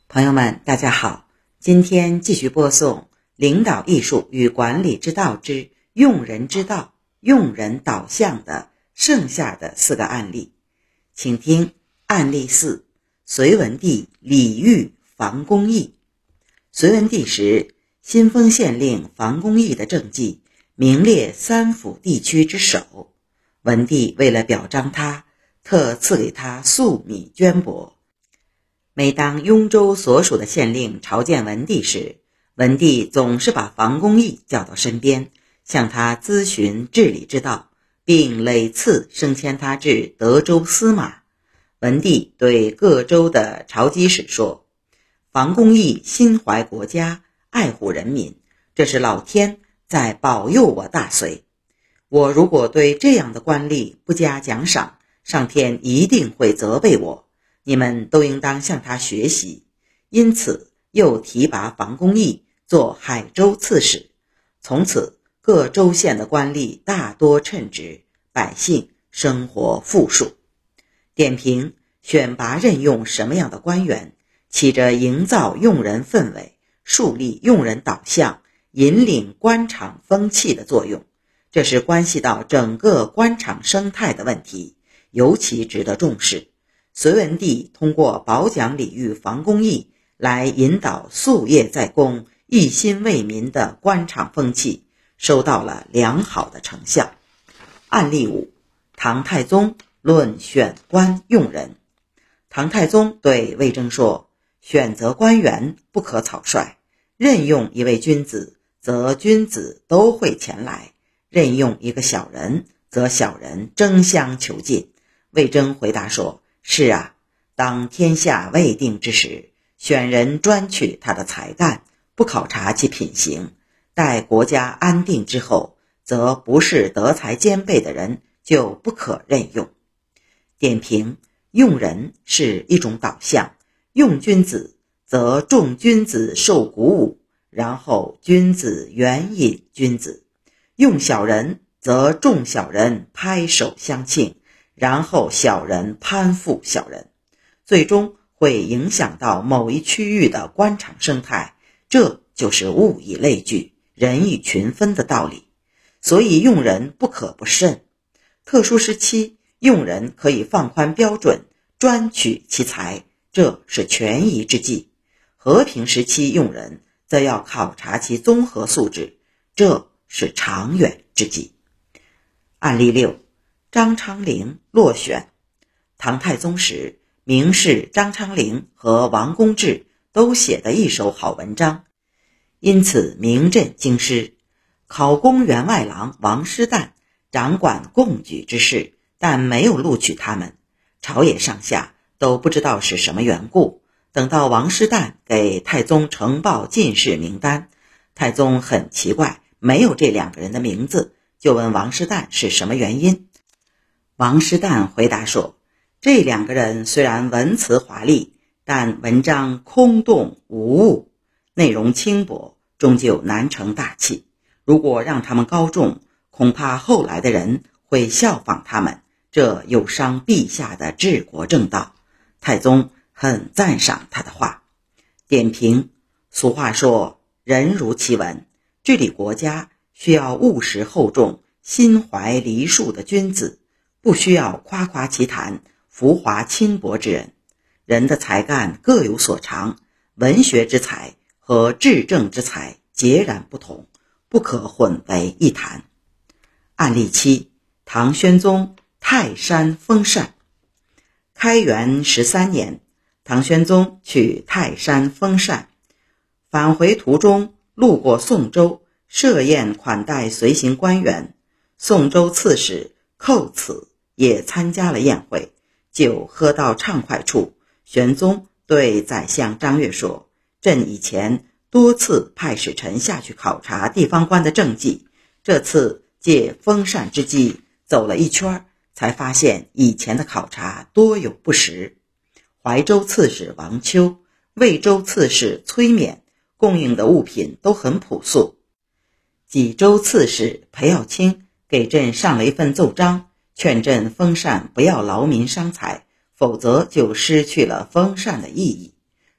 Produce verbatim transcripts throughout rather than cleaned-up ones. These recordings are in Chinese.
朋友们，大家好，今天继续播送《领导艺术与管理之道之用人之道，用人导向》的剩下的四个案例。请听案例四：隋文帝李煜防公义。隋文帝时，新丰县令防公义的政绩名列三府地区之首。文帝为了表彰他，特赐给他粟米绢帛。每当雍州所属的县令朝见文帝时，文帝总是把防公义叫到身边，向他咨询治理之道，并累次升迁他至德州司马。文帝对各州的朝基使说，防公义心怀国家，爱护人民，这是老天在保佑我大隋。我如果对这样的官吏不加奖赏，上天一定会责备我，你们都应当向他学习。因此又提拔防公义做海州刺史，从此各州县的官吏大多称职，百姓生活富庶。点评：选拔任用什么样的官员，起着营造用人氛围、树立用人导向、引领官场风气的作用，这是关系到整个官场生态的问题，尤其值得重视。隋文帝通过褒奖李煜防公义来引导夙业在公、一心为民的官场风气，收到了良好的成效。案例五：唐太宗论选官用人。唐太宗对魏征说，选择官员不可草率，任用一位君子，则君子都会前来，任用一个小人，则小人争相求进。魏征回答说，是啊，当天下未定之时，选人专取他的才干，不考察其品行，待国家安定之后，则不是德才兼备的人就不可任用。点评：用人是一种导向，用君子则众君子受鼓舞，然后君子援引君子；用小人则众小人拍手相庆，然后小人攀附小人，最终会影响到某一区域的官场生态，这就是物以类聚，人以群分的道理。所以用人不可不慎。特殊时期用人可以放宽标准，专取其才，这是权宜之计。和平时期用人则要考察其综合素质，这是长远之计。案例六：张昌龄落选。唐太宗时，名士张昌龄和王公志都写得一手好文章，因此名震京师。考功员外郎王师旦掌管贡举之事，但没有录取他们，朝野上下都不知道是什么缘故。等到王师旦给太宗呈报进士名单，太宗很奇怪，没有这两个人的名字，就问王师旦是什么原因。王师旦回答说，这两个人虽然文辞华丽，但文章空洞无物，内容轻薄，终究难成大器。如果让他们高中，恐怕后来的人会效仿他们，这有伤陛下的治国正道。太宗很赞赏他的话。点评：俗话说，人如其文，治理国家需要务实厚重、心怀梨树的君子，不需要夸夸其谈、浮华轻薄之人。人的才干各有所长，文学之才和治政之才截然不同，不可混为一谈。案例七：唐宣宗泰山封禅。开元十三年，唐宣宗去泰山封禅，返回途中路过宋州，设宴款待随行官员。宋州刺史寇此也参加了宴会，酒喝到畅快处，玄宗对宰相张悦说，朕以前多次派使臣下去考察地方官的政绩，这次借封禅之机走了一圈，才发现以前的考察多有不实。怀州刺史王丘、魏州刺史崔勉供应的物品都很朴素。济州刺史裴耀卿给朕上了一份奏章，劝朕封禅不要劳民伤财，否则就失去了封禅的意义。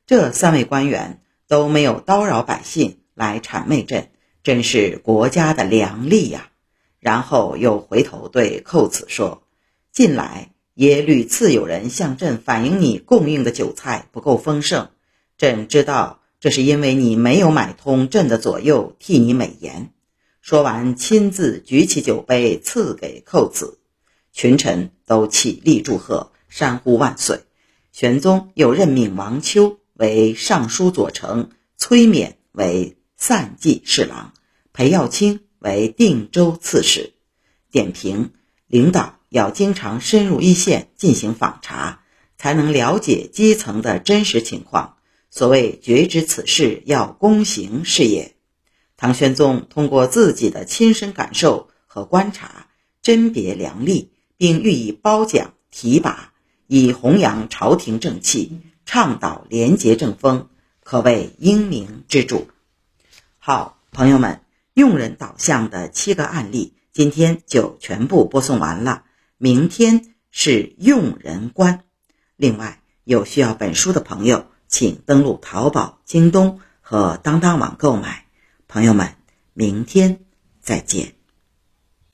这三位官员都没有叨扰百姓来谄媚朕，真是国家的良力呀。然后又回头对寇子说，近来也屡次有人向朕反映你供应的酒菜不够丰盛，朕知道这是因为你没有买通朕的左右替你美言。说完亲自举起酒杯赐给寇子，群臣都起立祝贺，山呼万岁。玄宗又任命王丘为尚书左丞，崔勉为散骑侍郎，裴耀卿为定州刺史。点评：领导要经常深入一线进行访查，才能了解基层的真实情况。所谓觉知此事要躬行是也。唐玄宗通过自己的亲身感受和观察，甄别良吏，并予以褒奖提拔，以弘扬朝廷正气，倡导廉洁正风，可谓英明之主。好，朋友们，用人导向的七个案例今天就全部播送完了，明天是用人观。另外，有需要本书的朋友，请登录淘宝、京东和当当网购买。朋友们，明天再见。